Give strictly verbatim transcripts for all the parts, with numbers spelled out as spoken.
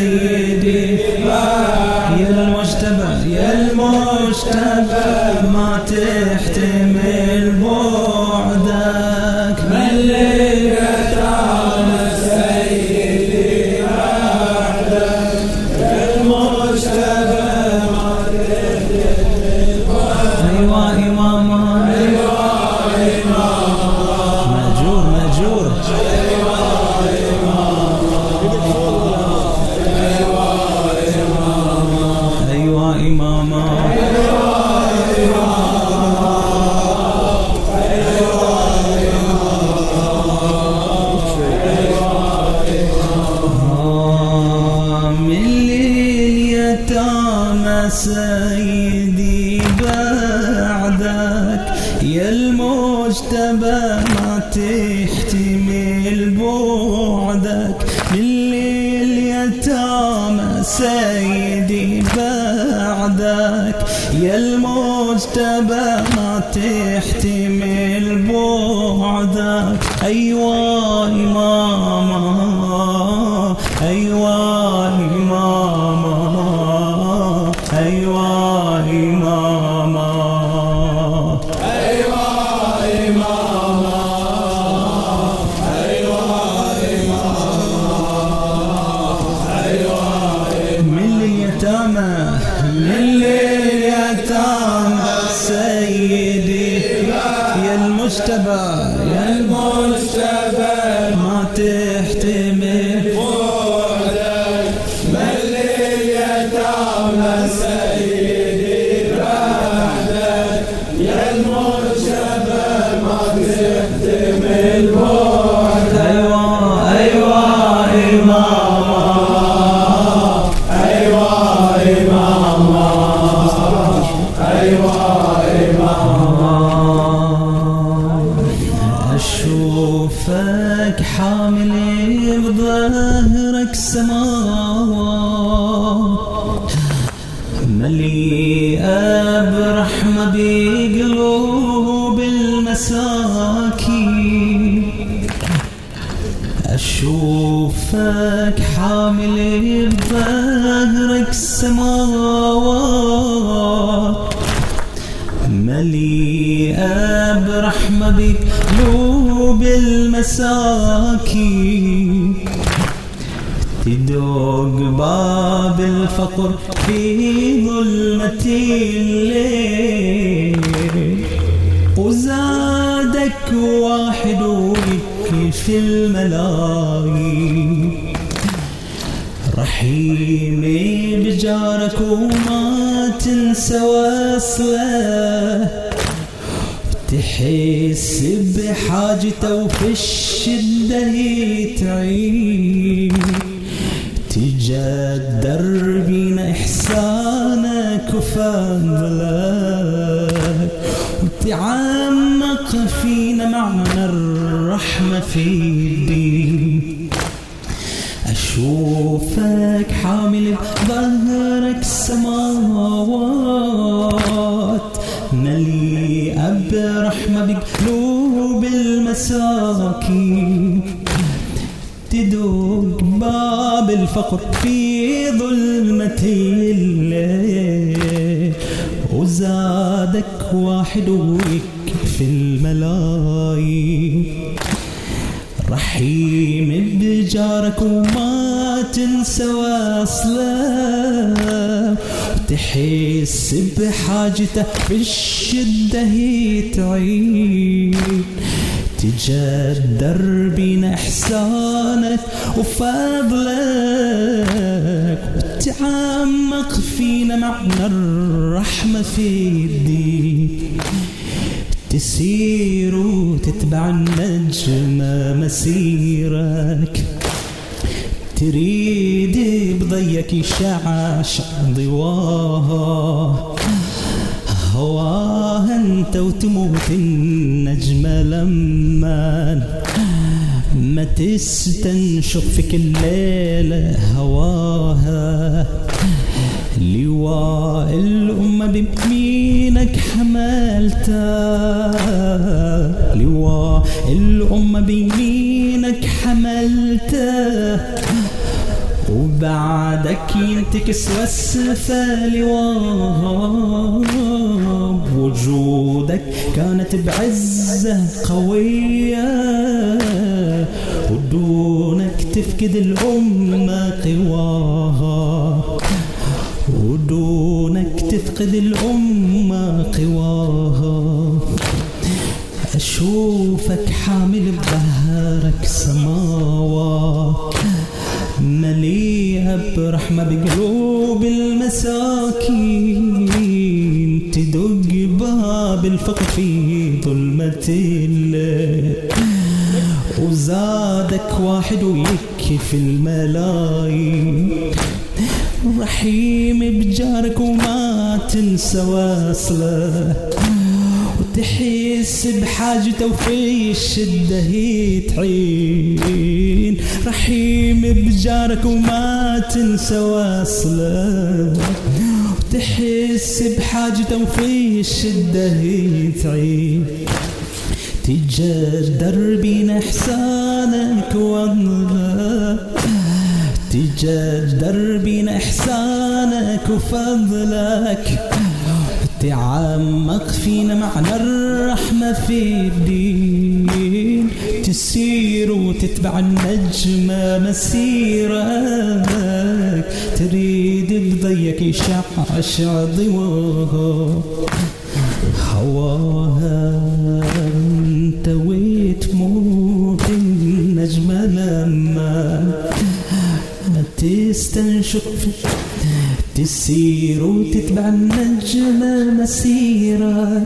سيدي يا المجتبى يا المجتبى ما تحتمل بعدك مليت على سيدي بعدك يا المجتبى ما تحتمل بعدك. أيوة إماما أيوة إماما مأجور مأجور أيوة إماما سيدي بعدك يا المجتبى ما تحتمل بعدك من اليتامى سيدي بعدك يا المجتبى ما تحتمل بعدك. أيوة إماما أيوة إماما أيوة إماما أيوة إماما أيوة إماما أيوة من اليتامى من اليتامى سيدي يا المجتبى يا المجتبى ما تحتمل بعدك من اليتامى سيدي بعدك يا المجتبى ما تحتمل بعدك. أيوة أيوة إماما أيوة إماما أيوة إماما أشوفك حامل بظهرك سماوات مليئة برحمة بقلوب المساكين. أشوفك حامل بظهرك سماوات مليئة برحمة بقلوب المساكين. تدق باب الفقر في ظلمة الليل وزادك واحد ويكفي الملايين. رحيمي بجارك وما تنسى وصله تحس بحاجته وفي الشدة تعين. تجدر بينا إحسانك وفضلك وتعمق فينا معنى الرحمة في الدين. أشوفك حامل بظهرك سماوات مليئة برحمة بقلوب المساكين. تدق باب الفقر في ظلمة الليل وزادك واحد ويكفي الملايين. رحيم بجارك وما تنسى وصله وتحس بحاجته في الشدة تعين. تجدر بنا إحسانك وفضلك وتعمق فينا معنى الرحمة في الدين. تسير وتتبع النجمة مسيرك تريد بضيك يشعشع ضواها هواها انت وتموت النجمة لما ما تستنشق في كل ليلة هواها. لواء الأمة بيمينك حملته لواء الأمة بيمينك حملته وبعدك ينتكس وصفة لواب، وجودك كانت بعزة قوية، ودونك تفقد الأمة قواها، ودونك تفقد الأمة قواها. أشوفك حامل بظهرك سماوات، مليئة برحمة بقلوب المساكين، تدق باب الفقر في ظلمة الليل، وزادك واحد ويكفي الملايين، رحيم بجارك وما تنسى واصله، وتحس بحاجته وفي الشدة هي تعين، رحيم بجارك وما تنسى واصله، وتحس بحاجته وفي الشدة هي تعين. تجدر بين إحسانك وضلك، تجدر بين إحسانك وفضلك، تعمق فينا معنى الرحمة في الدين، تسير وتتبع النجمة مسيرك، تريد بضيك يشعشع ضواها هواها، انت وتموت النجمة لما تستنشق، تسير وتتبع النجمة مسيرك،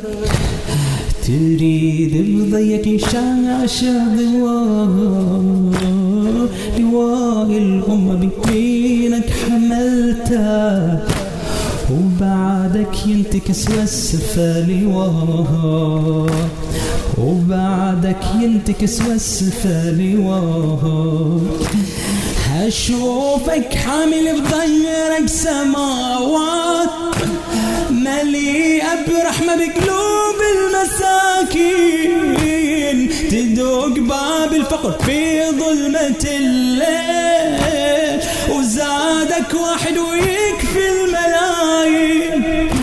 تريد بضيك يشعشع ضواها، لواء الأمة بيمينك حملته، وبعدك ينتكس وصفة لواها، وبعدك ينتكس وصفة لواها. أشوفك حامل بظهرك سماوات، مليئة برحمة بقلوب المساكين، تدق باب الفقر في ظلمة الليل، وزادك واحد ويكفي الملايين،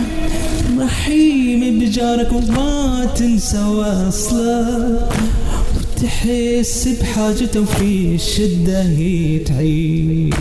رحيم بجارك وما تنسى واصله، تحس بحاجته وفي الشدة هي تعين.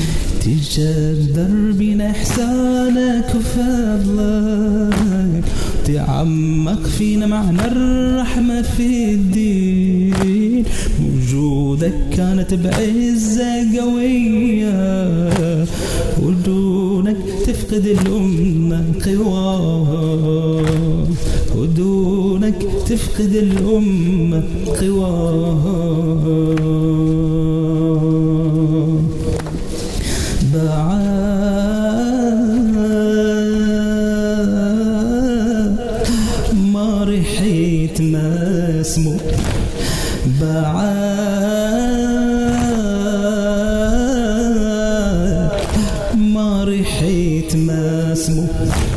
تجدر بنا إحسانك وفضلك، تعمق فينا معنى الرحمة في الدين. وجودك كانت بعزة قوية، ودونك تفقد الأمة قواها، ودونك تفقد الأمة قواها. بعد ما رحيت مسموع، بعد ما رحيت مسموع،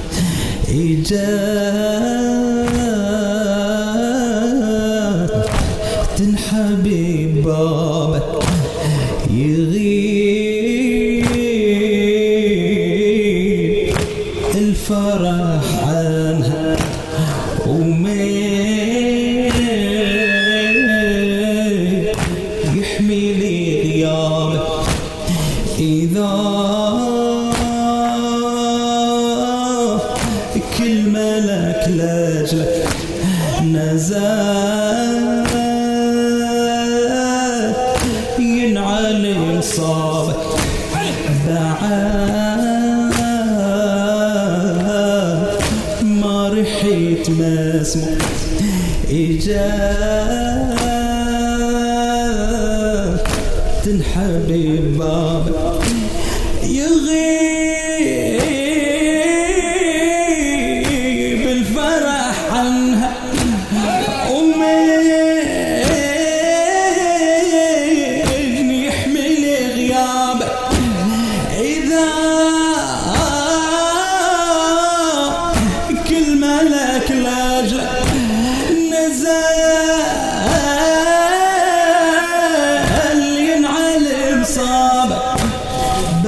إجاك تنحبي بابك يغيب الفرح عنها، ومين يحملي غيابك إذا كل ملك لاجلك نزل ينعلم صابك. بعد ما رحيت مسموع، إجاك تنحبي بابك يغيب الفرح عنها، ومين يحمل غيابك إذا كل ملك لاجلك نزل ينعلم صابك.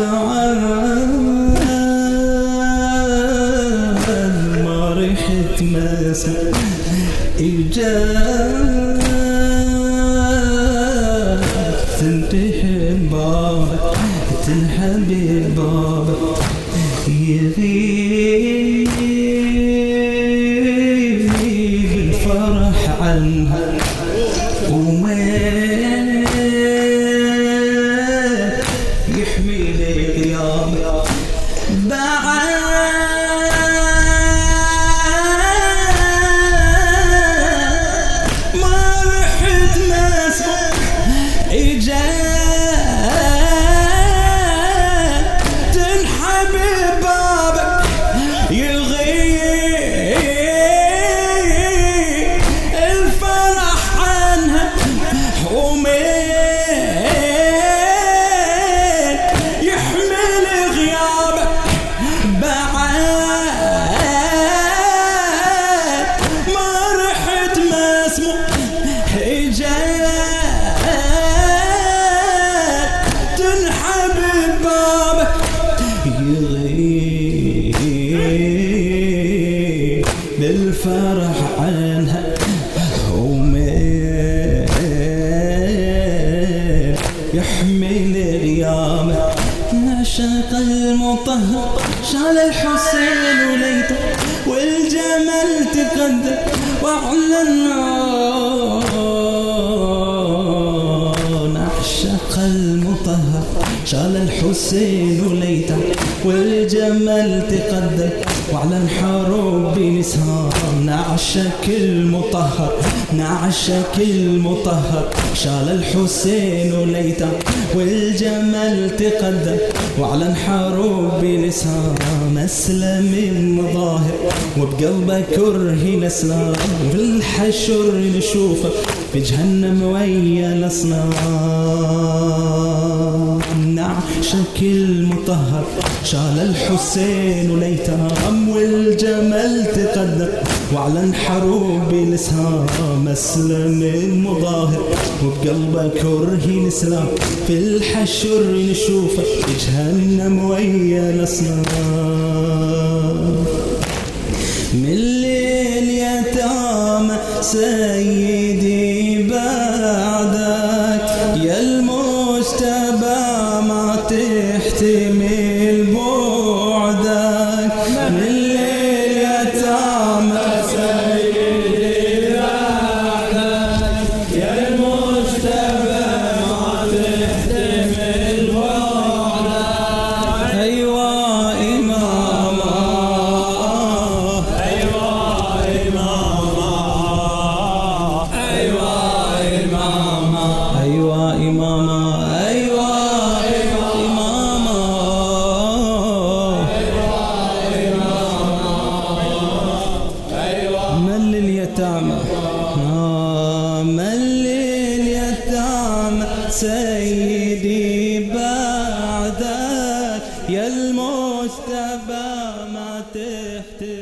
ببابك يغيب الفرح عنها وما يحمل غيابك بعد ما رحت مسموع اجا تنحب بابك يغيب الفرح عنها ومين يحمل غيابك بعد ما رحت مسموع اجات تنحب بابك يغيب بالفرح عنها ومين يحمل غيابك نعشق المطهر شال الحسين وليته والجمل تقدم وعلى النار نعشق المطهر شال الحسين وليته والجمل تقدم وعلى الحروب بنسهار نعشق المطهر نعشق المطهر شال الحسين وليته والجمل تقدم وعلى الحروب بنسهار مسلم ظاهر وبقلبه كره نسلام وفي الحشر نشوفه في جهنم ويا الاصنام نعشق المطهر شال الحسين وليتام والجمل تقدم واعلن حروب الاسهام مسلم مظاهر وبقلبه كره الاسلام في الحشر نشوفه جهنم ويا الاصنام من الليل يتامى سيدي بعدك يا المجتبى ما تحتمل بعدك من الليل يتامى سيدي بعدك يا المجتبى ما تحتمل بعدك أيوة إماما أيوة إماما أيوة إماما أيوة إماما أيوة إماما من لليتامى آه من لليتامى سيدي بعدك يا المجتبى ما تحتمل